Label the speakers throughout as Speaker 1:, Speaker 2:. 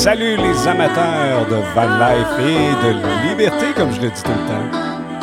Speaker 1: Salut les amateurs de van life et de liberté, comme je le dis tout le temps.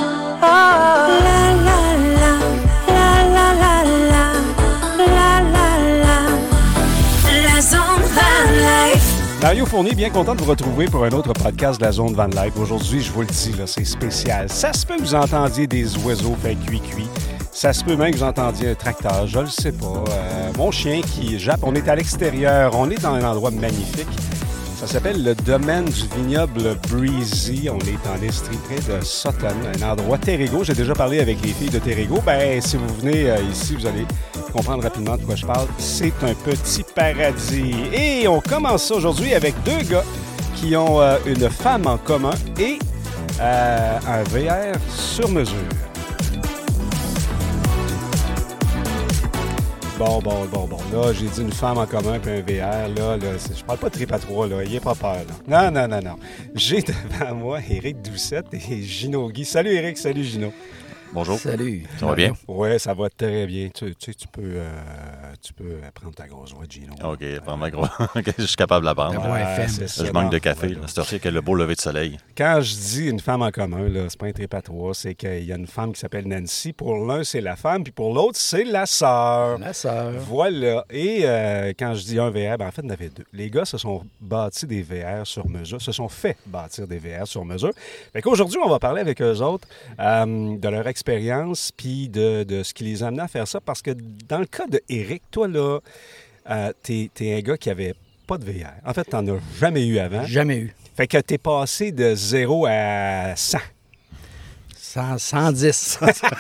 Speaker 2: La zone van life.
Speaker 1: Mario Fournier, bien content de vous retrouver pour un autre podcast de la zone van life. Aujourd'hui, je vous le dis, là, c'est spécial. Ça se peut que vous entendiez des oiseaux faire cuit-cuit. Ça se peut même que vous entendiez un tracteur, je le sais pas. Mon chien qui jappe. On est à l'extérieur, on est dans un endroit magnifique. Ça s'appelle le domaine du vignoble Breezy. On est en Estrie, près de Sutton, un endroit Terrego. J'ai déjà parlé avec les filles de Terrego. Ben, si vous venez ici, vous allez comprendre rapidement de quoi je parle. C'est un petit paradis. Et on commence ça aujourd'hui avec deux gars qui ont une femme en commun et un VR sur mesure. Bon. Là, j'ai dit une femme en commun puis un VR. Là, je parle pas de trip à trois, là. Ayez pas peur, là. Non. J'ai devant moi Éric Doucette et Gino Guy. Salut Éric, salut Gino.
Speaker 3: Bonjour.
Speaker 4: Salut.
Speaker 3: Ça va bien?
Speaker 1: Oui, ça va très bien. Tu peux prendre ta grosse voix, Gino.
Speaker 3: OK, prends ma grosse. Je suis capable de la prendre.
Speaker 1: C'est ça.
Speaker 3: Je manque de café.
Speaker 1: Ouais,
Speaker 3: C'est aussi qu'il y a le beau lever de soleil.
Speaker 1: Quand je dis une femme en commun, là, c'est pas un trip à trois, c'est qu'il y a une femme qui s'appelle Nancy. Pour l'un, c'est la femme, puis pour l'autre, c'est la sœur.
Speaker 4: La sœur.
Speaker 1: Voilà. Et quand je dis un VR, ben en fait, il y en avait deux. Les gars se sont bâtis des VR sur mesure, se sont fait bâtir des VR sur mesure. Fait qu'aujourd'hui, on va parler avec eux autres de leur expérience, puis de ce qui les a amenés à faire ça. Parce que dans le cas de Éric, toi, là, t'es un gars qui avait pas de VR. En fait, t'en as jamais eu avant.
Speaker 4: Jamais eu.
Speaker 1: Fait que t'es passé de 0 à 100.
Speaker 4: 110.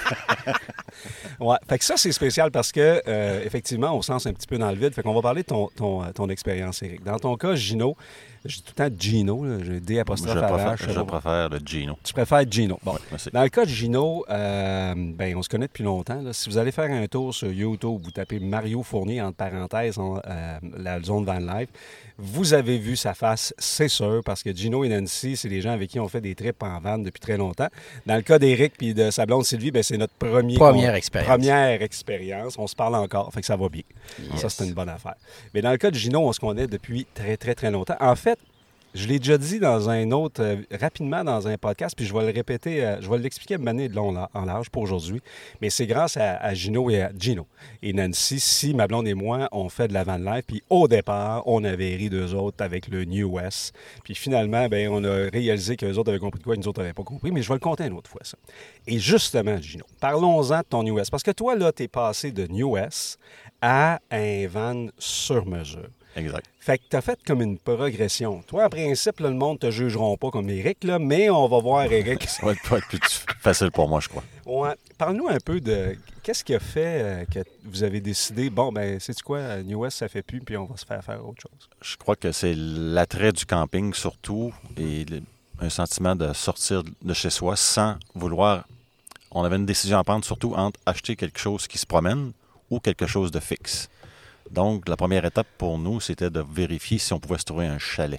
Speaker 1: Ouais. Fait que ça, c'est spécial parce que, effectivement, on se lance un petit peu dans le vide. Fait qu'on va parler de ton expérience, Éric. Dans ton cas, Gino, je dis tout le temps Gino, là, j'ai D apostrophe à l'âge.
Speaker 3: Je préfère le Gino.
Speaker 1: Tu préfères Gino. Bon.
Speaker 3: Oui, merci.
Speaker 1: Dans le cas de Gino, on se connaît depuis longtemps. Là. Si vous allez faire un tour sur YouTube, vous tapez Mario Fournier, entre parenthèses, la zone Van Life, vous avez vu sa face, c'est sûr, parce que Gino et Nancy, c'est des gens avec qui on fait des trips en van depuis très longtemps. Dans le cas d'Éric et de sa blonde Sylvie, c'est notre première expérience. On se parle encore, fait que ça va bien.
Speaker 4: Yes.
Speaker 1: Ça, c'est une bonne affaire. Mais dans le cas de Gino, on se connaît depuis très, très, très longtemps. En fait, je l'ai déjà dit dans un autre, rapidement dans un podcast, puis je vais le répéter, je vais l'expliquer de manière de long en large pour aujourd'hui. Mais c'est grâce à Gino et Nancy, si ma blonde et moi, on fait de la van life. Puis au départ, on avait ri d'eux autres avec le New West. Puis finalement, on a réalisé qu'eux autres avaient compris de quoi, et nous autres n'avaient pas compris. Mais je vais le compter une autre fois, ça. Et justement, Gino, parlons-en de ton New West. Parce que toi, là, t'es passé de New West à un van sur mesure.
Speaker 3: Exact.
Speaker 1: Fait que tu as fait comme une progression. Toi, en principe, là, le monde ne te jugeront pas comme Éric, là, mais on va voir Éric.
Speaker 3: Ça va être plus facile pour moi, je crois.
Speaker 1: Ouais. Parle-nous un peu de qu'est-ce qui a fait que vous avez décidé, sais-tu quoi, New West, ça fait plus, puis on va se faire autre chose.
Speaker 3: Je crois que c'est l'attrait du camping surtout et un sentiment de sortir de chez soi sans vouloir. On avait une décision à prendre surtout entre acheter quelque chose qui se promène ou quelque chose de fixe. Donc, la première étape pour nous, c'était de vérifier si on pouvait se trouver un chalet.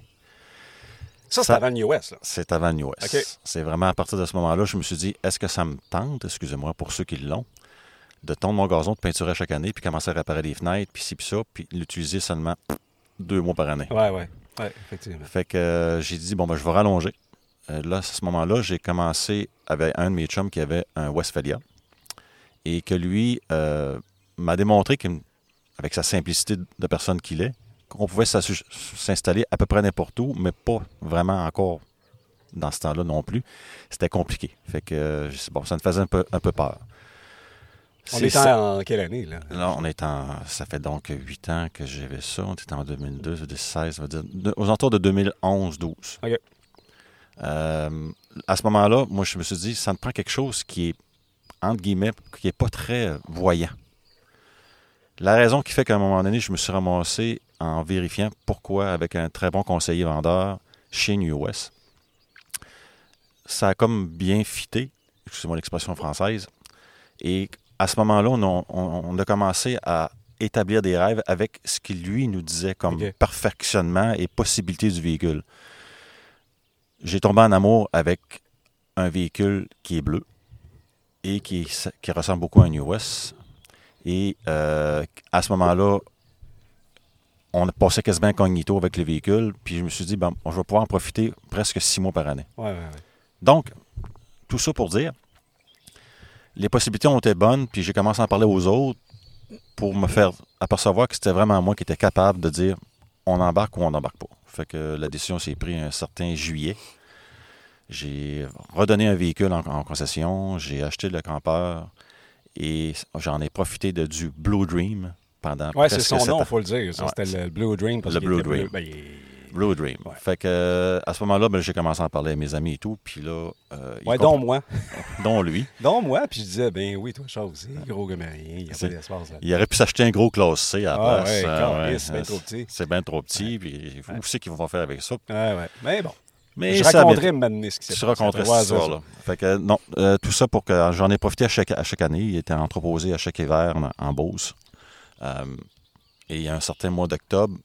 Speaker 1: Ça, c'est avant New West, là.
Speaker 3: C'est avant New West.
Speaker 1: Okay.
Speaker 3: C'est vraiment à partir de ce moment-là, je me suis dit, est-ce que ça me tente, excusez-moi, pour ceux qui l'ont, de tondre mon gazon, de peinturer chaque année, puis commencer à réparer les fenêtres, puis ci, puis ça, puis l'utiliser seulement 2 mois par année.
Speaker 1: Ouais, effectivement.
Speaker 3: Fait que j'ai dit, je vais rallonger. Là, à ce moment-là, j'ai commencé avec un de mes chums qui avait un Westphalia et que lui m'a démontré qu'avec sa simplicité de personne qu'il est, qu'on pouvait s'installer à peu près n'importe où, mais pas vraiment encore dans ce temps-là non plus. C'était compliqué. Fait que, ça me faisait un peu peur.
Speaker 1: On est en quelle année, là?
Speaker 3: Là, ça fait donc 8 ans que j'avais ça. On était en 2002, 2016, on va dire, aux alentours de 2011-12.
Speaker 1: OK.
Speaker 3: À ce moment-là, moi, je me suis dit, ça me prend quelque chose qui est, entre guillemets, qui n'est pas très voyant. La raison qui fait qu'à un moment donné, je me suis ramassé en vérifiant pourquoi, avec un très bon conseiller vendeur chez New West, ça a comme bien fité, excusez-moi l'expression française, et à ce moment-là, on a commencé à établir des rêves avec ce qu'il, lui, nous disait comme perfectionnement et possibilité du véhicule. J'ai tombé en amour avec un véhicule qui est bleu et qui ressemble beaucoup à un New West. Et à ce moment-là, on passait quasiment incognito avec le véhicule. Puis je me suis dit, bon, je vais pouvoir en profiter presque 6 mois par année.
Speaker 1: Ouais.
Speaker 3: Donc, tout ça pour dire, les possibilités ont été bonnes, puis j'ai commencé à en parler aux autres pour me faire apercevoir que c'était vraiment moi qui étais capable de dire on embarque ou on n'embarque pas. Fait que la décision s'est prise un certain juillet. J'ai redonné un véhicule en concession, j'ai acheté le campeur et j'en ai profité du Blue Dream pendant presque
Speaker 1: c'est son
Speaker 3: 7
Speaker 1: nom,
Speaker 3: ans.
Speaker 1: il faut le dire. Ça,
Speaker 3: Ouais,
Speaker 1: c'était le Blue Dream. Parce
Speaker 3: le
Speaker 1: qu'il
Speaker 3: Blue
Speaker 1: était
Speaker 3: Dream. Blue Dream.
Speaker 1: Ouais.
Speaker 3: Fait que à ce moment-là, j'ai commencé à en parler à mes amis et tout. Puis là,
Speaker 1: dont moi.
Speaker 3: dont lui.
Speaker 1: Dont moi. Puis je disais, ben oui, toi, Charles aussi, gros comme rien. Il n'y a pas d'espace là.
Speaker 3: Il aurait pu s'acheter un gros classe C à la place.
Speaker 1: C'est bien trop petit.
Speaker 3: C'est bien trop petit. Puis où c'est qu'ils vont faire avec ça?
Speaker 1: Ouais. Mais bon.
Speaker 3: Mais
Speaker 1: je
Speaker 3: ça
Speaker 1: raconterai maintenant ce qui s'est passé.
Speaker 3: Tu raconterais cette histoire-là. Fait que non, tout ça pour que j'en ai profité à chaque année. Il était entreposé à chaque hiver en Beauce. Et il y a un certain mois d'octobre,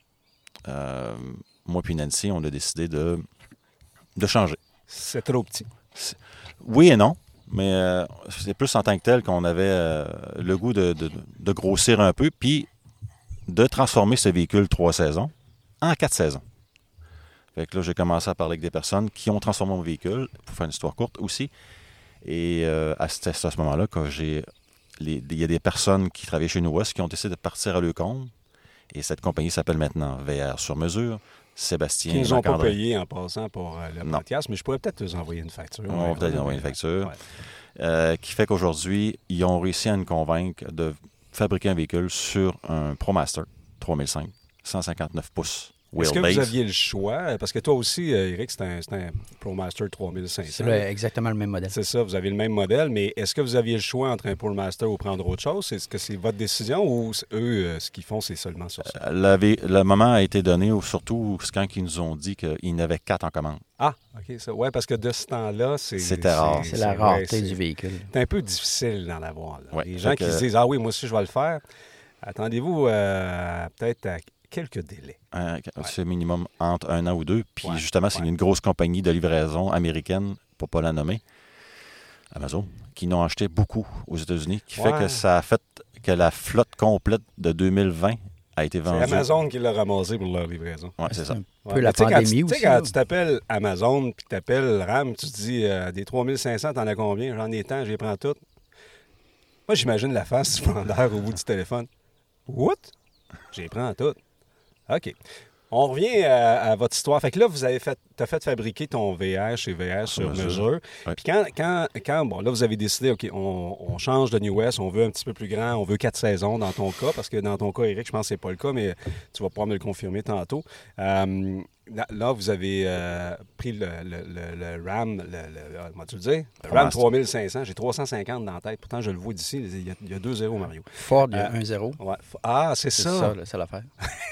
Speaker 3: moi puis Nancy, on a décidé de changer.
Speaker 1: C'est trop petit.
Speaker 3: Oui et non, mais c'est plus en tant que tel qu'on avait le goût de grossir un peu, puis de transformer ce véhicule 3 saisons en 4 saisons. Fait que là, j'ai commencé à parler avec des personnes qui ont transformé mon véhicule, pour faire une histoire courte aussi. Et c'est à ce moment-là que il y a des personnes qui travaillaient chez New West qui ont décidé de partir à leur compte. Et cette compagnie s'appelle maintenant VR sur mesure. Sébastien.
Speaker 1: Ils n'ont pas payé en passant pour le podcast, mais je pourrais peut-être vous envoyer une facture.
Speaker 3: On va peut-être envoyer une facture. Qui fait qu'aujourd'hui, ils ont réussi à nous convaincre de fabriquer un véhicule sur un ProMaster 3005, 159 pouces.
Speaker 1: Est-ce que vous aviez le choix? Parce que toi aussi, Eric, c'est un ProMaster 3500.
Speaker 4: C'est exactement le même modèle.
Speaker 1: C'est ça, vous avez le même modèle, mais est-ce que vous aviez le choix entre un ProMaster ou prendre autre chose? Est-ce que c'est votre décision ou eux, ce qu'ils font, c'est seulement sur ça?
Speaker 3: Le moment a été donné, surtout quand ils nous ont dit qu'il y en avait 4 en commande.
Speaker 1: Ah, OK. Oui, parce que de ce temps-là,
Speaker 3: c'était rare.
Speaker 4: C'est la rareté du véhicule.
Speaker 1: C'est un peu difficile d'en avoir.
Speaker 3: Ouais,
Speaker 1: les gens qui se disent, ah oui, moi aussi, je vais le faire. Attendez-vous peut-être à quelques délais.
Speaker 3: C'est minimum entre 1 an ou 2. Puis justement, c'est une grosse compagnie de livraison américaine, pour ne pas la nommer, Amazon, qui n'ont acheté beaucoup aux États-Unis, qui fait que ça a fait que la flotte complète de 2020 a été vendue.
Speaker 1: C'est Amazon qui l'a ramassé pour leur livraison.
Speaker 3: Oui, c'est ça.
Speaker 4: Un peu la pandémie aussi.
Speaker 1: Tu sais, quand tu t'appelles Amazon puis tu t'appelles RAM, tu te dis, des 3500, t'en as combien? J'en ai tant, je les prends toutes. Moi, j'imagine la face du vendeur au bout du téléphone. What? Je les prends toutes. OK. On revient à votre histoire. Fait que là, tu as fait fabriquer ton VR chez VR sur mesure.
Speaker 3: Ouais.
Speaker 1: Puis quand bon, là, vous avez décidé, OK, on change de New West, on veut un petit peu plus grand, on veut 4 saisons dans ton cas, parce que dans ton cas, Eric, je pense que c'est pas le cas, mais tu vas pouvoir me le confirmer tantôt. Là, vous avez pris le RAM, comment tu le dis? Le RAM 3500. J'ai 350 dans la tête. Pourtant, je le vois d'ici. Il y a 2-0, Mario.
Speaker 4: Ford, il y a 1-0.
Speaker 1: Ouais. Ah, c'est ça.
Speaker 4: C'est l'affaire.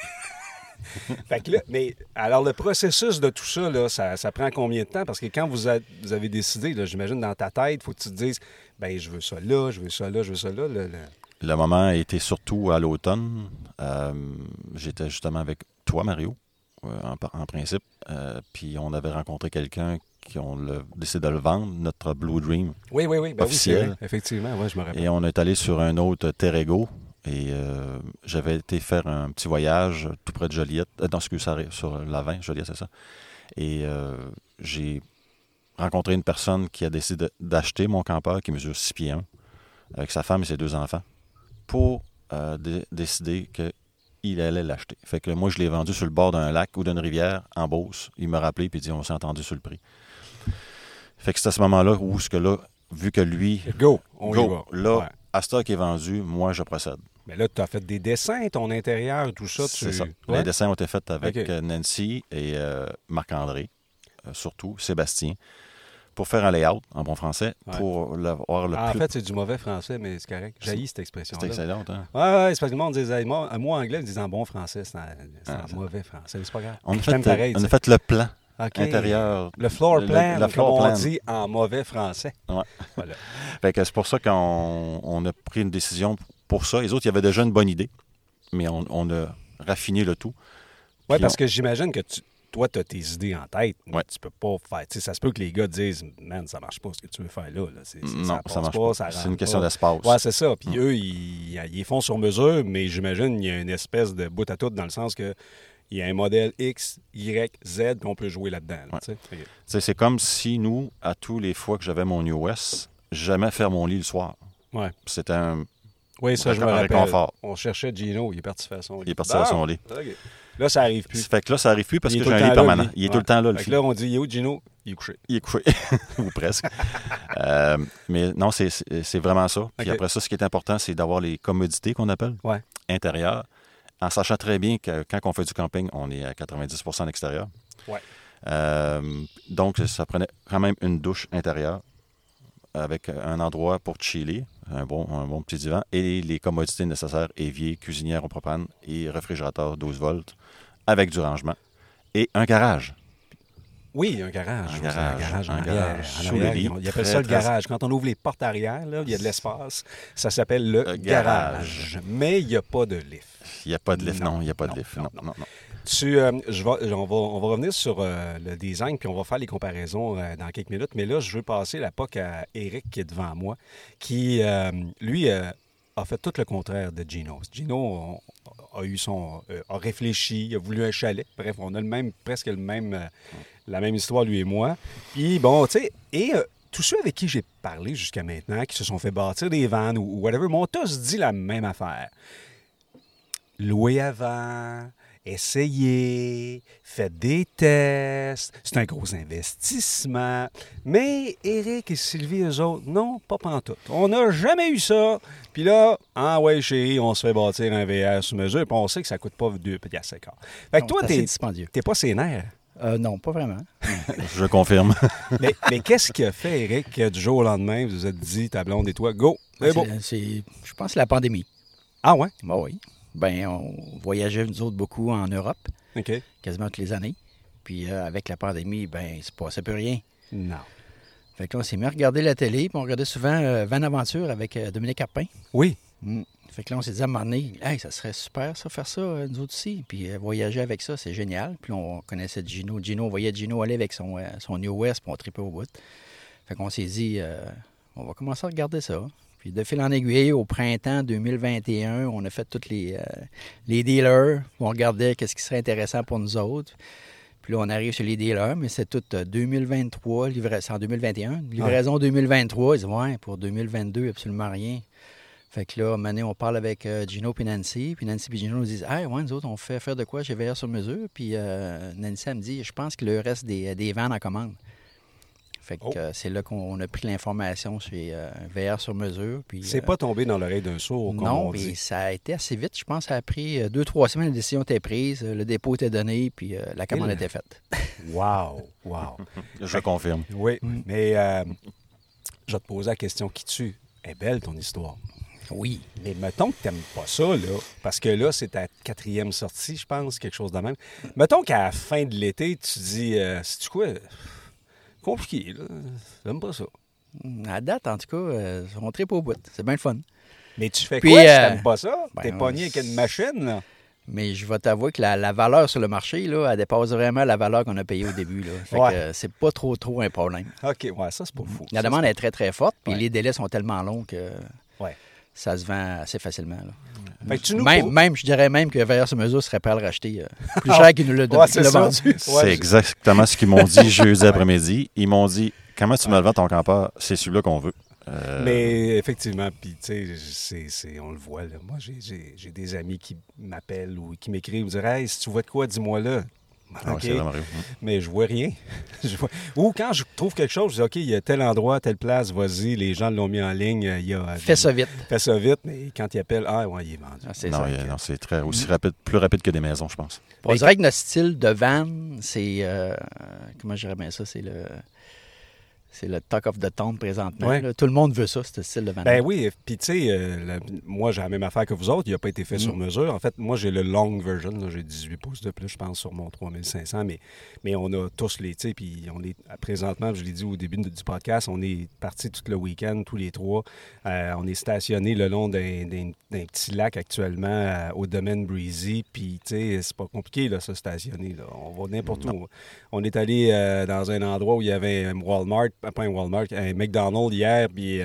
Speaker 1: Fait que là, mais alors le processus de tout ça, là, ça prend combien de temps? Parce que quand vous avez décidé, là, j'imagine dans ta tête, il faut que tu te dises, ben je veux ça là, je veux ça là, je veux ça là.
Speaker 3: Le moment a été surtout à l'automne. J'étais justement avec toi, Mario, en principe. Puis on avait rencontré quelqu'un qui on a décidé de le vendre, notre Blue Dream.
Speaker 1: Oui. Ben
Speaker 3: officiel.
Speaker 1: Oui, effectivement, ouais, je me rappelle.
Speaker 3: Et on est allé sur un autre Terrego. Et j'avais été faire un petit voyage tout près de Joliette. Sur l'Avent, Joliette, c'est ça. Et j'ai rencontré une personne qui a décidé d'acheter mon campeur qui mesure 6 pieds 1 avec sa femme et ses 2 enfants pour décider qu'il allait l'acheter. Fait que moi, je l'ai vendu sur le bord d'un lac ou d'une rivière en Beauce. Il m'a rappelé et dit on s'est entendu sur le prix. Fait que c'est à ce moment-là où, vu que lui...
Speaker 1: Go! On y va.
Speaker 3: Là, à stock est vendu, moi, je procède.
Speaker 1: Mais là, tu as fait des dessins, ton intérieur, tout ça.
Speaker 3: C'est ça. Les dessins ont été faits avec Nancy et Marc-André, surtout Sébastien, pour faire un layout en bon français, pour avoir le
Speaker 1: En fait, c'est du mauvais français, mais c'est correct. J'haïs cette expression-là.
Speaker 3: C'est excellent, hein?
Speaker 1: Oui, c'est parce que le monde disait, moi anglais, ils disent en bon français, c'est en mauvais français. C'est pas grave.
Speaker 3: On a fait le plan. Intérieur.
Speaker 1: Le floor plan,
Speaker 3: le floor
Speaker 1: comme
Speaker 3: plan.
Speaker 1: on dit en mauvais français.
Speaker 3: Ouais.
Speaker 1: Voilà.
Speaker 3: Fait que c'est pour ça qu'on a pris une décision pour ça. Les autres, il y avait déjà une bonne idée, mais on a raffiné le tout.
Speaker 1: Oui, parce que j'imagine que toi, tu as tes idées en tête.
Speaker 3: Ouais.
Speaker 1: Tu peux pas faire. Tu sais, ça se peut que les gars disent, man, ça marche pas ce que tu veux faire là.
Speaker 3: Non, ça marche pas.
Speaker 1: Ça
Speaker 3: C'est
Speaker 1: rentre
Speaker 3: une question
Speaker 1: pas.
Speaker 3: d'espace.
Speaker 1: Ouais, c'est ça. Puis eux, ils font sur mesure, mais j'imagine qu'il y a une espèce de bout à tout dans le sens que il y a un modèle X, Y, Z, puis on peut jouer là-dedans. Là, tu sais.
Speaker 3: C'est comme si nous, à tous les fois que j'avais mon US, jamais faire mon lit le soir.
Speaker 1: Ouais.
Speaker 3: C'était un
Speaker 1: ça, je me rappelle.
Speaker 3: réconfort.
Speaker 1: On cherchait Gino, il est parti faire son lit.
Speaker 3: Il est parti à son lit.
Speaker 1: OK. Là, ça arrive plus.
Speaker 3: Fait que là, ça arrive plus parce
Speaker 1: Il est
Speaker 3: que
Speaker 1: tout
Speaker 3: j'ai
Speaker 1: le
Speaker 3: un lit
Speaker 1: temps là,
Speaker 3: permanent.
Speaker 1: lui.
Speaker 3: Il est tout le temps là, le
Speaker 1: Fait que
Speaker 3: fil.
Speaker 1: là, on dit, il est où Gino? Il est couché.
Speaker 3: Il est couché. Ou presque. Mais non, c'est vraiment ça. Puis
Speaker 1: OK.
Speaker 3: après ça, ce qui est important, c'est d'avoir les commodités qu'on appelle
Speaker 1: Ouais.
Speaker 3: intérieures, en sachant très bien que quand on fait du camping, on est à 90% à l'extérieur.
Speaker 1: Ouais.
Speaker 3: Donc, ça prenait quand même une douche intérieure avec un endroit pour chiller, un bon petit divan, et les commodités nécessaires, évier, cuisinière au propane et réfrigérateur 12 volts, avec du rangement. Et un garage.
Speaker 1: Oui, un garage.
Speaker 3: Un garage,
Speaker 1: en
Speaker 3: un
Speaker 1: arrière.
Speaker 3: garage
Speaker 1: En
Speaker 3: sous
Speaker 1: arrière,
Speaker 3: le lit.
Speaker 1: ils appellent
Speaker 3: Très,
Speaker 1: ça le
Speaker 3: très-
Speaker 1: garage. Quand on ouvre les portes arrière, là, il y a de l'espace. Ça s'appelle le
Speaker 3: garage.
Speaker 1: Mais il n'y a pas de lift.
Speaker 3: Il n'y a pas de lift,
Speaker 1: Non,
Speaker 3: non, il n'y a pas de
Speaker 1: non,
Speaker 3: lift.
Speaker 1: non,
Speaker 3: Non.
Speaker 1: On va revenir sur le design, puis on va faire les comparaisons dans quelques minutes. Mais là, je veux passer la POC à Eric qui est devant moi, qui, lui, a fait tout le contraire de Gino. Gino a réfléchi, a voulu un chalet. Bref, on a presque la même histoire, lui et moi. Puis bon, tu sais, et tous ceux avec qui j'ai parlé jusqu'à maintenant, qui se sont fait bâtir des vannes ou whatever, m'ont tous dit la même affaire. Louez avant, essayez, faites des tests, c'est un gros investissement. Mais Éric et Sylvie, eux autres, non, pas pantoute. On n'a jamais eu ça. Puis là, ouais, chérie, on se fait bâtir un VR sur mesure, puis on sait que ça coûte pas 2,50 $. Fait que toi,
Speaker 4: c'est assez dispendieux.
Speaker 1: t'es pas sénère.
Speaker 4: Non, pas vraiment.
Speaker 3: Je confirme.
Speaker 1: mais qu'est-ce qui a fait, Éric, que du jour au lendemain, vous vous êtes dit, ta blonde et toi, go, c'est bon.
Speaker 4: Je pense que c'est la pandémie.
Speaker 1: Ah ouais?
Speaker 4: Ben oui. Ben, on voyageait, nous autres, beaucoup en Europe,
Speaker 1: OK.
Speaker 4: quasiment toutes les années. Puis avec la pandémie, ben, il se passait plus rien.
Speaker 1: Non.
Speaker 4: Fait que là, on s'est mis à regarder la télé, puis on regardait souvent Van Aventure avec Dominique Carpin.
Speaker 1: Oui.
Speaker 4: Fait que là, on s'est dit à un moment donné, hey, ça serait super, ça, faire ça, nous autres aussi. Puis voyager avec ça, c'est génial. Puis on connaissait Gino. On voyait Gino aller avec son US, puis on tripait au bout. Fait qu'on s'est dit, on va commencer à regarder ça. Puis de fil en aiguille, au printemps 2021, on a fait tous les dealers. On regardait qu'est-ce qui serait intéressant pour nous autres. Puis là, on arrive sur les dealers, mais c'est tout 2023, c'est en 2021. Livraison 2023, ils disent, ouais, pour 2022, absolument rien. Fait que là, à un moment donné, on parle avec Gino puis Nancy et Gino nous disent, hey, ouais, nous autres, on fait faire de quoi chez VR sur mesure. Puis Nancy, elle me dit, je pense qu'il leur reste des vannes en commande. Fait que c'est là qu'on a pris l'information chez VR sur mesure. Puis,
Speaker 1: c'est pas tombé dans l'oreille d'un sourd, comme
Speaker 4: non,
Speaker 1: on
Speaker 4: puis
Speaker 1: dit.
Speaker 4: ça a été assez vite. Je pense que ça a pris 2-3 semaines, la décision était prise, le dépôt était donné, puis la commande était faite.
Speaker 1: Wow!
Speaker 3: Je confirme.
Speaker 1: Oui, mais je vais te poser la question qui tue. Elle est belle, ton histoire.
Speaker 4: Oui.
Speaker 1: Mais mettons que t'aimes pas ça, là, parce que là, c'est ta 4e sortie, je pense, quelque chose de même. Mettons qu'à la fin de l'été, tu dis, c'est-tu quoi? Compliqué, là. J'aime pas ça.
Speaker 4: À date, en tout cas, on tripe au bout. C'est bien le fun.
Speaker 1: Mais tu fais
Speaker 4: Puis,
Speaker 1: quoi si t'aimes pas ça?
Speaker 4: ben,
Speaker 1: T'es pogné avec une machine, là?
Speaker 4: Mais je vais t'avouer que la valeur sur le marché, là, elle dépasse vraiment la valeur qu'on a payée au début. Là. Fait que c'est pas trop un problème.
Speaker 1: OK, ouais, ça, c'est pas fou.
Speaker 4: La demande est très, très forte, puis les délais sont tellement longs que ça se vend assez facilement. Là.
Speaker 1: Fait que tu nous
Speaker 4: Même, je dirais même que VR sur mesure serait prêt à le racheter plus cher qu'il nous l'a vendu.
Speaker 3: C'est exactement ce qu'ils m'ont dit jeudi après-midi. Ils m'ont dit, comment tu me le vends ton campeur? C'est celui-là qu'on veut.
Speaker 1: Mais effectivement, puis tu sais, on le voit, là. Moi, j'ai des amis qui m'appellent ou qui m'écrivent, me disent, hey, si tu vois de quoi, dis-moi là. OK,
Speaker 3: c'est vraiment
Speaker 1: mais je vois rien. Ou quand je trouve quelque chose, je dis, OK, il y a tel endroit, telle place, vas-y, les gens l'ont mis en ligne.
Speaker 4: Fais ça vite.
Speaker 1: Fais ça vite, mais quand ils appellent, il est vendu.
Speaker 3: Non, c'est très aussi rapide, plus rapide que des maisons, je pense.
Speaker 4: On dirait que notre style de van, c'est, comment je dirais bien ça, c'est C'est le talk of the town présentement.
Speaker 1: Ouais.
Speaker 4: Là. Tout le monde veut ça, ce style de Van
Speaker 1: Ben
Speaker 4: Life.
Speaker 1: oui, puis tu sais, moi j'ai la même affaire que vous autres, il n'a pas été fait sur mesure. En fait, moi j'ai le long version, là, j'ai 18 pouces de plus, je pense, sur mon 3500, mais on a tous les, tu sais, puis on est, présentement, je l'ai dit au début du podcast, on est partis tout le week-end, tous les trois. On est stationnés le long d'un petit lac actuellement au domaine Breezy, puis tu sais, c'est pas compliqué, là, se stationner, là. On va n'importe où. On est allé dans un endroit où il y avait un Walmart, pas un Walmart, un McDonald's hier, puis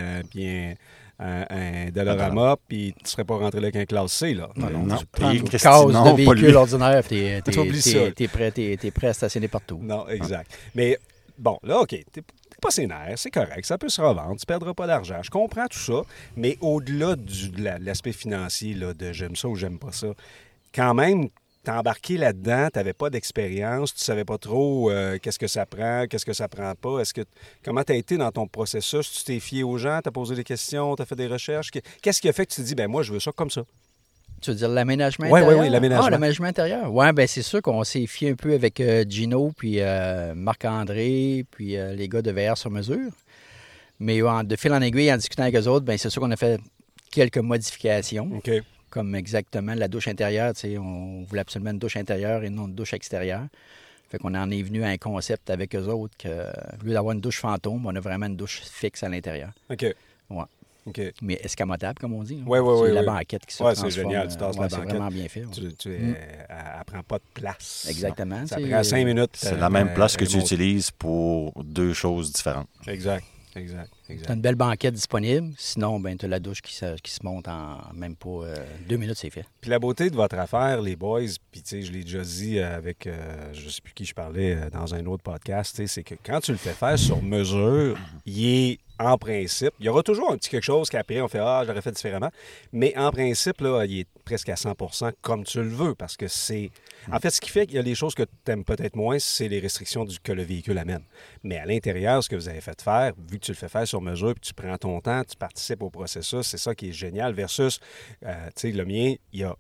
Speaker 1: un Dollarama, puis tu serais pas rentré là qu'un classe C, là.
Speaker 3: Non,
Speaker 4: Tu prends une
Speaker 3: Christy,
Speaker 4: case
Speaker 3: non,
Speaker 4: de
Speaker 3: pas
Speaker 4: véhicule
Speaker 3: lui.
Speaker 4: ordinaire, puis
Speaker 1: T'oublies ça.
Speaker 4: t'es prêt à stationner partout.
Speaker 1: Non, exact. Mais bon, là, OK, t'es pas sénère, c'est correct, ça peut se revendre, tu perdras pas d'argent. Je comprends tout ça, mais au-delà de l'aspect financier, là, de j'aime ça ou j'aime pas ça, quand même, t'es embarqué là-dedans, t'avais pas d'expérience, tu savais pas trop qu'est-ce que ça prend pas. Comment t'as été dans ton processus? Tu t'es fié aux gens, t'as posé des questions, t'as fait des recherches? Qu'est-ce qui a fait que tu te dis, ben moi, je veux ça comme ça?
Speaker 4: Tu veux dire l'aménagement
Speaker 1: Oui,
Speaker 4: intérieur?
Speaker 1: oui, l'aménagement.
Speaker 4: Ah, l'aménagement intérieur. Oui, bien c'est sûr qu'on s'est fié un peu avec Gino, puis Marc-André, puis les gars de VR sur mesure. Mais de fil en aiguille, en discutant avec eux autres, bien c'est sûr qu'on a fait quelques modifications.
Speaker 1: OK.
Speaker 4: Comme exactement la douche intérieure. Tu sais, on voulait absolument une douche intérieure et non une douche extérieure. Fait qu'on en est venu à un concept avec eux autres que, au lieu d'avoir une douche fantôme, on a vraiment une douche fixe à l'intérieur.
Speaker 1: OK.
Speaker 4: Ouais.
Speaker 1: OK.
Speaker 4: Mais escamotable, comme on dit.
Speaker 1: Oui, oui,
Speaker 4: c'est
Speaker 1: oui.
Speaker 4: la
Speaker 1: oui.
Speaker 4: banquette qui se
Speaker 1: Ouais,
Speaker 4: transforme.
Speaker 1: c'est génial, tu tasses la
Speaker 4: C'est
Speaker 1: banquette.
Speaker 4: vraiment bien fait. Ouais.
Speaker 1: Elle prend pas de place.
Speaker 4: Exactement.
Speaker 1: Ça
Speaker 4: tu sais,
Speaker 1: prend 5 minutes.
Speaker 3: C'est la même place que tu
Speaker 1: monter.
Speaker 3: utilises pour deux choses différentes.
Speaker 1: Exact.
Speaker 4: Tu as une belle banquette disponible. Sinon, ben, tu as la douche qui se monte en même pas 2 minutes, c'est fait.
Speaker 1: Puis la beauté de votre affaire, les boys, puis tu sais, je l'ai déjà dit avec, je sais plus qui je parlais dans un autre podcast, tu sais, c'est que quand tu le fais faire sur mesure, il est en principe, il y aura toujours un petit quelque chose qu'après on fait « Ah, j'aurais fait différemment », mais en principe, là, il est presque à 100% comme tu le veux, parce que c'est... En fait, ce qui fait qu'il y a des choses que tu aimes peut-être moins, c'est les restrictions que le véhicule amène. Mais à l'intérieur, ce que vous avez fait faire, vu que tu le fais faire sur mesure, puis tu prends ton temps, tu participes au processus, c'est ça qui est génial, versus, tu sais, le mien, il y a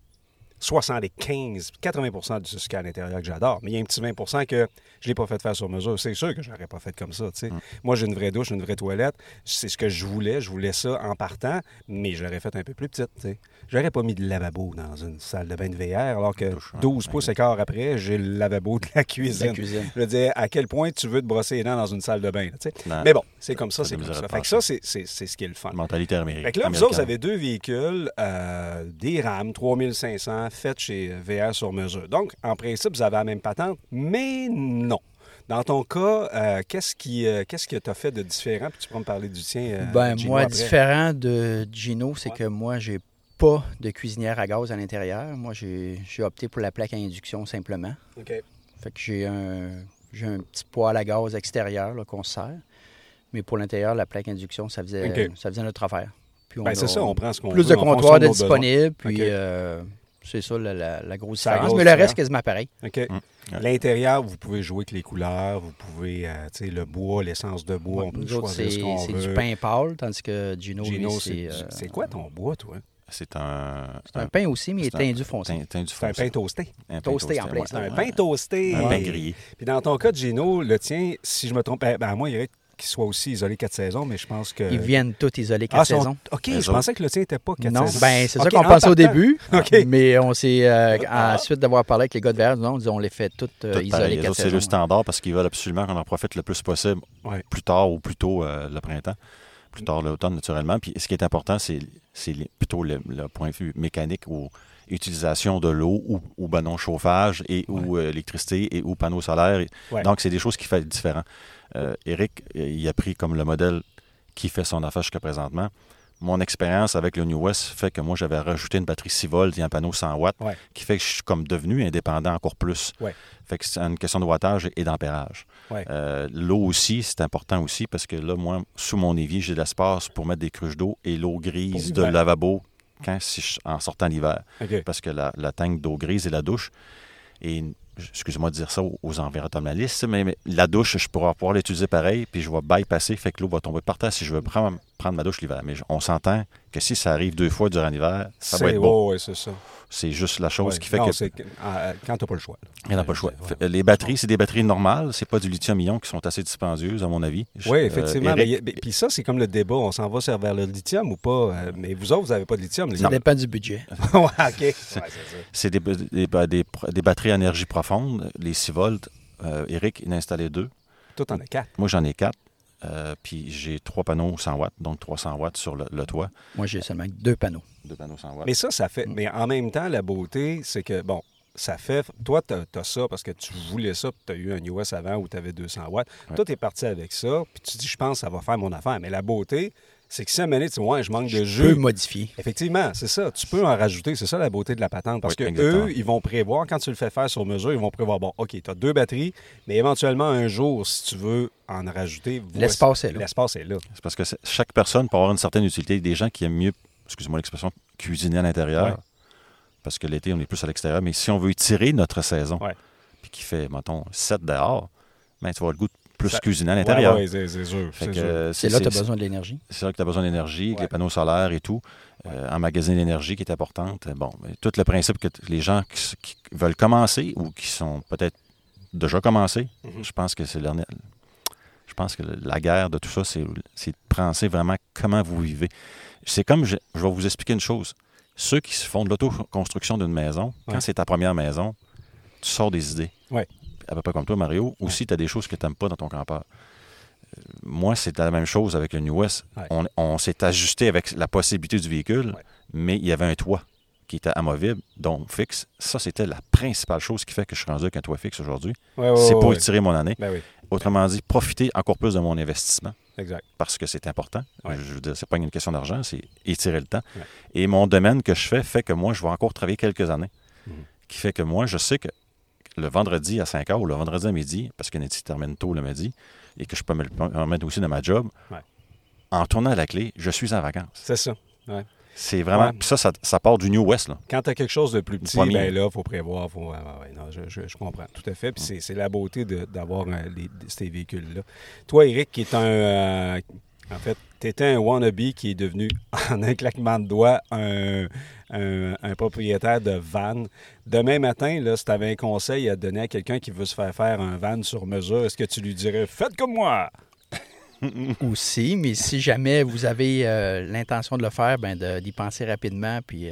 Speaker 1: 80% du ce qu'il y a à l'intérieur que j'adore. Mais il y a un petit 20% que je ne l'ai pas fait faire sur mesure. C'est sûr que je l'aurais pas fait comme ça. Tu sais. Moi, j'ai une vraie douche, une vraie toilette. C'est ce que je voulais. Je voulais ça en partant, mais je l'aurais fait un peu plus petite. Tu sais. Je n'aurais pas mis de lavabo dans une salle de bain de VR, alors que 12 pouces et quart après, j'ai le lavabo de la cuisine. Je veux dire, à quel point tu veux te brosser les dents dans une salle de bain. Là, tu sais. Mais bon, c'est comme ça, c'est comme ça. Fait que ça, c'est ce qui est le fun.
Speaker 3: Mentalité américaine.
Speaker 1: Fait que là, vous autres, vous avez 2 véhicules, des RAM 3500 faites chez VR sur mesure. Donc, en principe, vous avez la même patente, mais non. Dans ton cas, qu'est-ce que tu as fait de différent? Puis tu pourras me parler du tien. Gino,
Speaker 4: moi,
Speaker 1: après.
Speaker 4: différent de Gino, c'est que moi, j'ai pas de cuisinière à gaz à l'intérieur. Moi, j'ai opté pour la plaque à induction simplement.
Speaker 1: OK.
Speaker 4: Fait que j'ai un petit poêle à gaz extérieur là, qu'on se sert. Mais pour l'intérieur, la plaque à induction, ça faisait notre affaire. Puis
Speaker 1: c'est ça, on prend ce qu'on veut.
Speaker 4: plus de
Speaker 1: en fonction
Speaker 4: comptoirs
Speaker 1: de nos
Speaker 4: disponibles, puis
Speaker 1: OK.
Speaker 4: c'est ça la grosse
Speaker 1: C'est la
Speaker 4: différence.
Speaker 1: grosse
Speaker 4: Mais le reste,
Speaker 1: différence.
Speaker 4: quasiment pareil.
Speaker 1: OK. L'intérieur, vous pouvez jouer avec les couleurs, vous pouvez, tu sais, le bois, l'essence de bois, on peut
Speaker 4: Nous autres,
Speaker 1: choisir ce qu'on
Speaker 4: c'est
Speaker 1: veut.
Speaker 4: du pain pâle, tandis que Gino,
Speaker 1: Gino,
Speaker 4: lui,
Speaker 1: c'est quoi ton bois, toi?
Speaker 3: C'est un
Speaker 4: pain aussi, mais il est
Speaker 3: c'est
Speaker 4: tendu foncé.
Speaker 3: teint du
Speaker 1: C'est un
Speaker 3: foncé.
Speaker 1: pain toasté.
Speaker 3: Un pain
Speaker 4: Toasté en plein.
Speaker 3: ouais.
Speaker 1: C'est un pain toasté.
Speaker 3: Un pain grillé.
Speaker 1: Puis dans ton cas de Gino, le tien, si je me trompe, à moi, il y aurait qu'il soit aussi isolé 4 saisons, mais je pense que...
Speaker 4: Ils viennent tous isolés 4 saisons.
Speaker 1: OK, je pensais que le tien n'était pas 4
Speaker 4: Non,
Speaker 1: saisons.
Speaker 4: ben c'est ça
Speaker 1: OK,
Speaker 4: qu'on
Speaker 1: en
Speaker 4: pensait au
Speaker 1: partant.
Speaker 4: début,
Speaker 1: OK.
Speaker 4: mais on s'est, ensuite d'avoir parlé avec les gars de VR, on les fait toutes
Speaker 3: Tout
Speaker 4: isolés
Speaker 3: pareil. Les
Speaker 4: 4
Speaker 3: autres, c'est
Speaker 4: saisons.
Speaker 3: le standard parce qu'ils veulent absolument qu'on en profite le plus possible
Speaker 1: Ouais.
Speaker 3: plus tard ou plus tôt le printemps, plus tard l'automne naturellement. Puis ce qui est important, c'est plutôt le point de vue mécanique ou utilisation de l'eau ou ben non, chauffage et ou électricité et ou panneaux solaires.
Speaker 1: Ouais.
Speaker 3: Donc, c'est des choses qui font différent. Eric, il a pris comme le modèle qui fait son affaire jusqu'à présentement. Mon expérience avec le New West fait que moi, j'avais rajouté une batterie 6 volts et un panneau 100 watts,
Speaker 1: Ouais.
Speaker 3: qui fait que je suis comme devenu indépendant encore plus.
Speaker 1: Ouais.
Speaker 3: Fait que c'est une question de wattage et d'ampérage.
Speaker 1: Ouais.
Speaker 3: L'eau aussi, c'est important aussi parce que là, moi, sous mon évier, j'ai de l'espace pour mettre des cruches d'eau et l'eau grise
Speaker 1: Pour
Speaker 3: de
Speaker 1: l'hiver.
Speaker 3: lavabo en sortant l'hiver.
Speaker 1: OK.
Speaker 3: Parce que la tank d'eau grise et la douche, et excusez-moi de dire ça aux environnementalistes, mais la douche, je pourrais pouvoir l'utiliser pareil, puis je vais bypasser, fait que l'eau va tomber par terre si je veux prendre ma douche l'hiver. Mais on s'entend que si ça arrive 2 fois durant l'hiver, ça va être beau.
Speaker 1: Oui, c'est ça.
Speaker 3: C'est juste la chose qui fait
Speaker 1: non,
Speaker 3: que...
Speaker 1: c'est quand t'as pas le choix.
Speaker 3: Il n'y en a pas le choix.
Speaker 1: Ouais.
Speaker 3: Les batteries, c'est des batteries normales. C'est pas du lithium-ion qui sont assez dispendieuses, à mon avis.
Speaker 1: Oui, effectivement.
Speaker 3: Éric,
Speaker 1: Puis ça, c'est comme le débat. On s'en va vers le lithium ou pas? Mais vous autres, vous n'avez pas de lithium.
Speaker 4: Ça dépend du budget.
Speaker 1: Ouais, OK. Ouais, c'est ça.
Speaker 3: c'est des batteries à énergie profonde, les 6 volts. Éric, il en a installé 2.
Speaker 1: Toi, t'en as 4.
Speaker 3: Moi, j'en ai 4. Puis j'ai 3 panneaux 100 watts, donc 300 watts sur le toit.
Speaker 4: Moi, j'ai seulement 2 panneaux.
Speaker 3: 2 panneaux 100 watts.
Speaker 1: Mais ça fait... Mais en même temps, la beauté, c'est que, bon, ça fait... Toi, t'as ça parce que tu voulais ça, puis t'as eu un US avant où t'avais 200 watts.
Speaker 3: Ouais.
Speaker 1: Toi, t'es parti avec ça, puis tu dis, je pense que ça va faire mon affaire. Mais la beauté, c'est que si à un moment donné, tu dis, ouais, je manque de
Speaker 4: Je
Speaker 1: jus.
Speaker 4: peux modifier.
Speaker 1: Effectivement, c'est ça. Tu peux en rajouter. C'est ça la beauté de la patente. Parce
Speaker 3: Oui,
Speaker 1: que
Speaker 3: exactement.
Speaker 1: eux, ils vont prévoir, quand tu le fais faire sur mesure, ils vont prévoir, bon, OK, tu as 2 batteries, mais éventuellement, un jour, si tu veux en rajouter,
Speaker 4: L'espace est là.
Speaker 1: L'espace est là.
Speaker 3: C'est parce que chaque personne peut avoir une certaine utilité. Des gens qui aiment mieux, excusez-moi l'expression, cuisiner à l'intérieur.
Speaker 1: Ouais.
Speaker 3: Parce que l'été, on est plus à l'extérieur. Mais si on veut étirer notre saison,
Speaker 1: Ouais.
Speaker 3: puis qu'il fait, mettons, 7 dehors, ben, tu vas avoir le goût de plus
Speaker 1: Ça-
Speaker 3: cuisiner à l'intérieur.
Speaker 1: Oui, c'est sûr.
Speaker 3: Fait
Speaker 1: c'est
Speaker 3: que,
Speaker 1: sûr.
Speaker 4: C'est là que tu as besoin de l'énergie.
Speaker 3: C'est là que tu as besoin d'énergie, avec
Speaker 1: Ouais.
Speaker 3: les panneaux solaires et tout. Emmagasiner l'énergie qui est importante. Bon, mais tout le principe que les gens qui veulent commencer ou qui sont peut-être déjà commencés,
Speaker 1: Mhm.
Speaker 3: je pense que c'est je pense que la guerre de tout ça, c'est de penser vraiment comment vous vivez. C'est comme, je vais vous expliquer une chose. Ceux qui se font de l'autoconstruction d'une maison, quand
Speaker 1: Ouais.
Speaker 3: c'est ta première maison, tu sors des idées.
Speaker 1: Ouais.
Speaker 3: À peu près comme toi, Mario. Aussi, tu as des choses que tu n'aimes pas dans ton campeur. Moi, c'est la même chose avec le New West.
Speaker 1: Ouais.
Speaker 3: On s'est ajusté avec la possibilité du véhicule,
Speaker 1: Ouais.
Speaker 3: mais il y avait un toit qui était amovible, donc fixe. Ça, c'était la principale chose qui fait que je suis rendu avec un toit fixe aujourd'hui.
Speaker 1: Ouais, ouais,
Speaker 3: C'est
Speaker 1: ouais,
Speaker 3: pour
Speaker 1: ouais.
Speaker 3: étirer mon année.
Speaker 1: Ben oui,
Speaker 3: Autrement dit, profiter encore plus de mon investissement
Speaker 1: exact.
Speaker 3: parce que c'est important.
Speaker 1: Ouais.
Speaker 3: Je veux dire, c'est pas une question d'argent, c'est étirer le temps.
Speaker 1: Ouais.
Speaker 3: Et mon domaine que je fais fait que moi, je vais encore travailler quelques années.
Speaker 1: Mhm.
Speaker 3: Qui fait que moi, je sais que le vendredi à 5 h ou le vendredi à midi, parce que Nettie termine tôt le midi, et que je peux me le permettre aussi de ma job,
Speaker 1: Ouais.
Speaker 3: en tournant à la clé, je suis en vacances.
Speaker 1: C'est ça. Ouais.
Speaker 3: C'est vraiment...
Speaker 1: Ouais.
Speaker 3: Puis ça part du New West, là.
Speaker 1: Quand tu as quelque chose de plus petit,
Speaker 3: Premier.
Speaker 1: ben là, il faut prévoir. Non, je comprends tout à fait. Puis c'est la beauté d'avoir ces véhicules-là. Toi, Éric, qui est en fait, tu étais un wannabe qui est devenu, en un claquement de doigts, un propriétaire de van. Demain matin, là, si tu avais un conseil à donner à quelqu'un qui veut se faire un van sur mesure, est-ce que tu lui dirais « Faites comme moi »
Speaker 4: Aussi, mais si jamais vous avez l'intention de le faire, ben d'y penser rapidement puis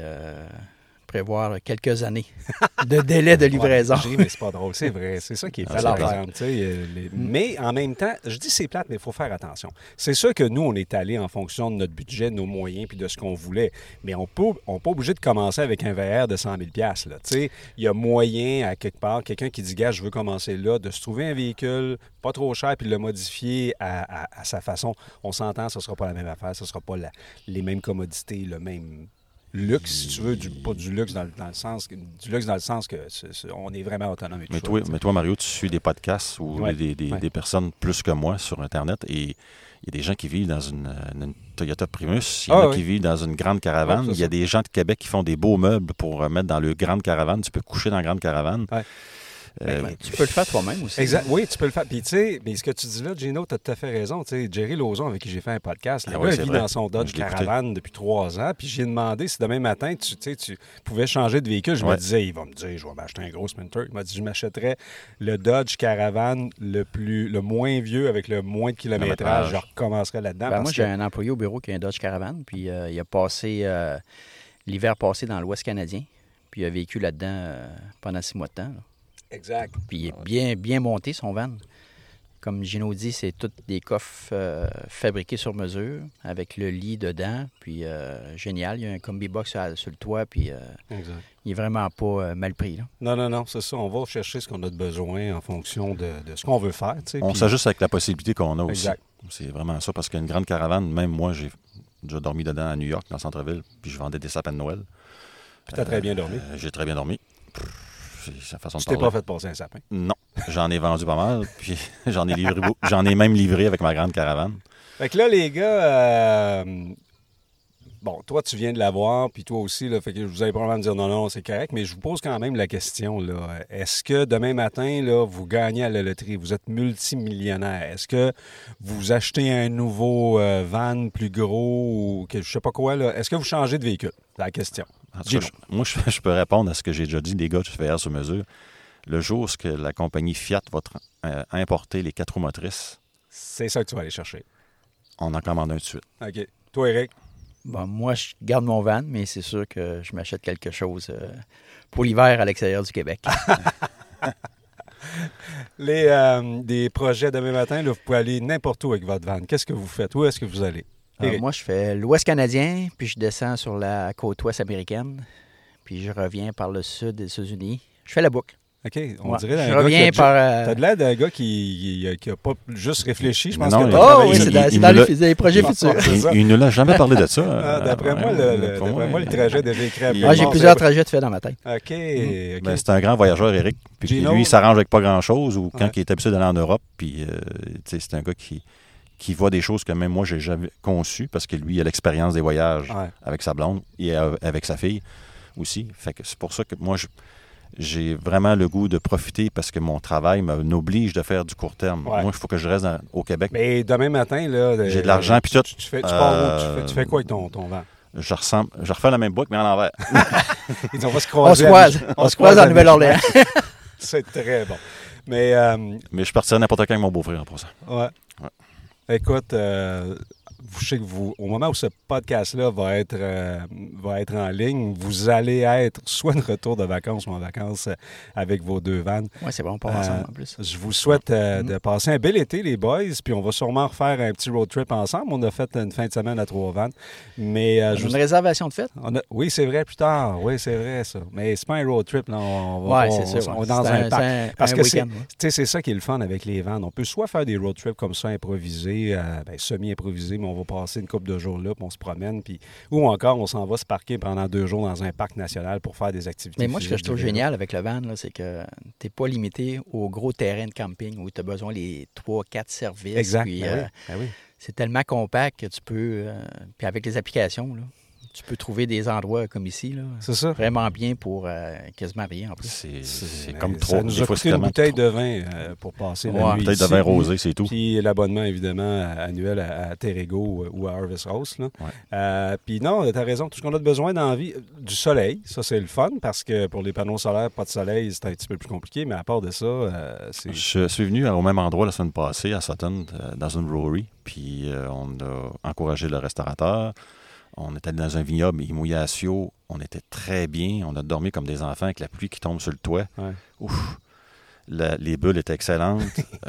Speaker 4: prévoir quelques années de délai de livraison.
Speaker 1: Ouais, mais c'est pas drôle, c'est vrai. C'est ça qui est
Speaker 3: Ah,
Speaker 1: plate,
Speaker 3: c'est
Speaker 1: par
Speaker 3: plate.
Speaker 1: exemple. Tu sais, mais en même temps, je dis c'est plate, mais il faut faire attention. C'est sûr que nous, on est allé en fonction de notre budget, de nos moyens puis de ce qu'on voulait. Mais on n'est pas obligé de commencer avec un VR de 100 000 $. Tu sais, il y a moyen, à quelque part, quelqu'un qui dit, gars, je veux commencer là, de se trouver un véhicule pas trop cher puis de le modifier à sa façon. On s'entend, ce ne sera pas la même affaire, ce ne sera pas les mêmes commodités, le même luxe, si tu veux, pas du luxe dans le sens que on est vraiment autonome et tout
Speaker 3: Mais toi, Mario, tu suis des podcasts ou
Speaker 1: Ouais.
Speaker 3: des personnes plus que moi sur Internet et il y a des gens qui vivent dans une Toyota Primus, il y en a
Speaker 1: oui.
Speaker 3: qui vivent dans une grande caravane,
Speaker 1: Ouais, c'est
Speaker 3: il y a
Speaker 1: ça.
Speaker 3: des gens de Québec qui font des beaux meubles pour mettre dans le grande caravane. Tu peux coucher dans la grande caravane.
Speaker 1: Ouais.
Speaker 4: Tu peux le faire toi-même aussi.
Speaker 1: Exact. Oui, tu peux le faire. Puis, tu sais, mais ce que tu dis là, Gino, tu as tout à fait raison. Tu sais, Jerry Lauzon, avec qui j'ai fait un podcast, le
Speaker 3: Ah
Speaker 1: gars,
Speaker 3: oui,
Speaker 1: il
Speaker 3: c'est
Speaker 1: vit
Speaker 3: vrai.
Speaker 1: dans son Dodge
Speaker 3: Je l'ai écouté.
Speaker 1: Caravan depuis 3 ans. Puis, j'ai demandé si demain matin, tu pouvais changer de véhicule. Je me
Speaker 3: Ouais.
Speaker 1: disais, il va me dire, je vais m'acheter un gros Sprinter. Il m'a dit, je m'achèterais le Dodge Caravan le moins vieux avec le moins de kilométrage. Je recommencerai là-dedans.
Speaker 4: Ben,
Speaker 1: parce
Speaker 4: moi,
Speaker 1: que-
Speaker 4: j'ai un employé au bureau qui a un Dodge Caravan, puis il a passé l'hiver passé dans l'Ouest canadien, puis il a vécu là-dedans pendant 6 mois de temps. là.
Speaker 1: Exact.
Speaker 4: Puis il est bien, bien monté, son van. Comme Gino dit, c'est tous des coffres fabriqués sur mesure, avec le lit dedans, puis génial. Il y a un combi box sur le toit, puis
Speaker 1: Exact.
Speaker 4: il est vraiment pas mal pris. Là.
Speaker 1: Non, c'est ça. On va chercher ce qu'on a de besoin en fonction de ce qu'on veut faire. Tu sais,
Speaker 3: On
Speaker 1: puis-
Speaker 3: s'ajuste avec la possibilité qu'on a aussi.
Speaker 1: Exact.
Speaker 3: C'est vraiment ça, parce qu'une grande caravane, même moi, j'ai déjà dormi dedans à New York, dans le centre-ville, puis je vendais des sapins de Noël.
Speaker 1: Puis t'as très bien dormi.
Speaker 3: J'ai très bien dormi. C'est la façon de
Speaker 1: Tu t'es
Speaker 3: parler.
Speaker 1: pas fait passer un sapin.
Speaker 3: Non, j'en ai vendu pas mal, puis j'en ai même livré avec ma grande caravane.
Speaker 1: Fait que là, les gars, bon, toi, tu viens de l'avoir, puis toi aussi, là, fait que vous allez probablement me dire non, c'est correct, mais je vous pose quand même la question, là. Est-ce que demain matin, là, vous gagnez à la loterie, vous êtes multimillionnaire, est-ce que vous achetez un nouveau van plus gros ou que, je sais pas quoi, là, est-ce que vous changez de véhicule? C'est la question.
Speaker 3: En tout cas, moi, je peux répondre à ce que j'ai déjà dit, des gars de faire sur mesure. Le jour où la compagnie Fiat va importer les 4 roues motrices,
Speaker 1: c'est ça que tu vas aller chercher.
Speaker 3: On en commande un de suite.
Speaker 1: OK. Toi, Éric?
Speaker 4: Bon, moi, je garde mon van, mais c'est sûr que je m'achète quelque chose pour l'hiver à l'extérieur du Québec.
Speaker 1: Des projets demain matin, là, vous pouvez aller n'importe où avec votre van. Qu'est-ce que vous faites? Où est-ce que vous allez?
Speaker 4: Moi, je fais l'Ouest canadien, puis je descends sur la côte ouest américaine, puis je reviens par le sud des États-Unis. Je fais la boucle.
Speaker 1: OK, on dirait
Speaker 4: je reviens par...
Speaker 1: T'as de l'air d'un gars qui a pas juste réfléchi. Je pense
Speaker 3: non,
Speaker 1: que
Speaker 4: oui, c'est dans les projets futurs.
Speaker 3: Il ne l'a jamais parlé de ça.
Speaker 1: D'après moi, le trajet est déjà écrit.
Speaker 4: J'ai plusieurs trajets de fait dans ma tête.
Speaker 1: OK.
Speaker 3: Ben, c'est un grand voyageur, Éric. Puis lui, il s'arrange avec pas grand-chose, ou quand il est habitué d'aller en Europe, puis c'est un gars qui voit des choses que même moi, j'ai jamais conçues, parce que lui, il a l'expérience des voyages avec sa blonde et avec sa fille aussi. Fait que c'est pour ça que moi, j'ai vraiment le goût de profiter parce que mon travail m'oblige de faire du court terme.
Speaker 1: Ouais.
Speaker 3: Moi, il faut que je reste au Québec.
Speaker 1: Mais demain matin, là...
Speaker 3: J'ai de l'argent, puis tout.
Speaker 1: Tu fais quoi avec ton van?
Speaker 3: Je refais la même boucle, mais en l'envers.
Speaker 1: On va se croiser.
Speaker 4: On se croise en Nouvelle-Orléans.
Speaker 1: C'est très bon. Mais
Speaker 3: je partirai n'importe quand avec mon beau-frère en passant.
Speaker 1: Ouais. Écoute, je sais que au moment où ce podcast-là va être en ligne, vous allez être soit de retour de vacances ou en vacances avec vos 2 vannes.
Speaker 4: Oui, c'est bon, on part ensemble en plus.
Speaker 1: Je vous souhaite de passer un bel été, les boys, puis on va sûrement refaire un petit road trip ensemble. On a fait une fin de semaine à 3 vannes. Mais,
Speaker 4: une réservation de fête?
Speaker 1: Oui, c'est vrai, plus tard. Oui, c'est vrai, ça. Mais c'est pas un road trip, là.
Speaker 4: C'est sûr.
Speaker 1: On est dans un parc. Parce que c'est ça qui est le fun avec les vannes. On peut soit faire des road trips comme ça, improvisés, semi-improvisés, mais on va passer une couple de jours là, puis on se promène, puis ou encore on s'en va se parquer pendant 2 jours dans un parc national pour faire des activités.
Speaker 4: Mais moi, ce que je trouve génial avec le van, là, c'est que tu n'es pas limité au gros terrain de camping où tu as besoin des 3-4 services.
Speaker 1: Exact.
Speaker 4: Puis,
Speaker 1: oui.
Speaker 4: C'est tellement compact que tu peux... puis avec les applications, là, tu peux trouver des endroits comme ici, là,
Speaker 1: c'est ça.
Speaker 4: Vraiment bien pour quasiment rien en plus.
Speaker 3: C'est comme trop.
Speaker 1: Ça nous a coûté une bouteille de vin pour passer la nuit.
Speaker 3: Une bouteille de vin rosé, c'est tout.
Speaker 1: Puis l'abonnement, évidemment, annuel à Terrego ou à Harvest House. Puis non, tu as raison, tout ce qu'on a besoin dans la vie, du soleil, ça c'est le fun, parce que pour les panneaux solaires, pas de soleil, c'est un petit peu plus compliqué, mais à part de ça, c'est...
Speaker 3: Je suis venu au même endroit la semaine passée, à Sutton, dans une brewery, puis on a encouragé le restaurateur. On était dans un vignoble, il mouillait à Sio. On était très bien. On a dormi comme des enfants avec la pluie qui tombe sur le toit.
Speaker 1: Ouais.
Speaker 3: Ouf! Les bulles étaient excellentes.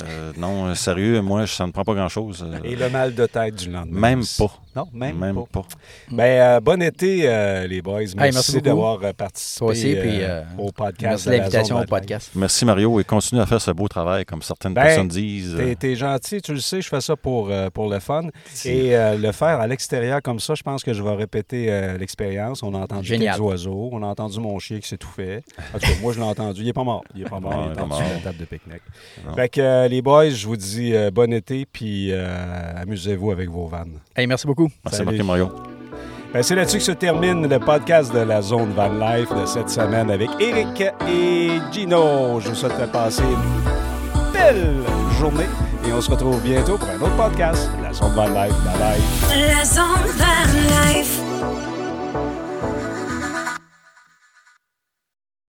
Speaker 3: Non, sérieux, moi, ça ne prend pas grand-chose.
Speaker 1: Et le mal de tête du lendemain.
Speaker 3: Même pas.
Speaker 1: Non, même pas.
Speaker 3: Ben,
Speaker 1: bon été, les boys. Merci d'avoir participé
Speaker 4: aussi, puis,
Speaker 1: au podcast.
Speaker 4: Merci de l'invitation au podcast.
Speaker 3: Merci, Mario, et continue à faire ce beau travail, comme certaines personnes disent.
Speaker 1: T'es gentil, tu le sais, je fais ça pour le fun. Et le faire à l'extérieur comme ça, je pense que je vais répéter l'expérience. On a entendu quelques oiseaux, on a entendu mon chien qui s'étouffait. En tout cas, moi, je l'ai entendu. Il n'est pas mort. Il est mort sur la table de pique-nique. Fait que les boys, je vous dis bon été, puis amusez-vous avec vos vannes.
Speaker 4: Hey, merci beaucoup.
Speaker 3: Merci, Mario.
Speaker 1: C'est là-dessus que se termine le podcast de la Zone Van Life de cette semaine avec Éric et Gino. Je vous souhaite de passer une belle journée et on se retrouve bientôt pour un autre podcast de la Zone Van Life. Bye bye.
Speaker 2: La Zone Van Life.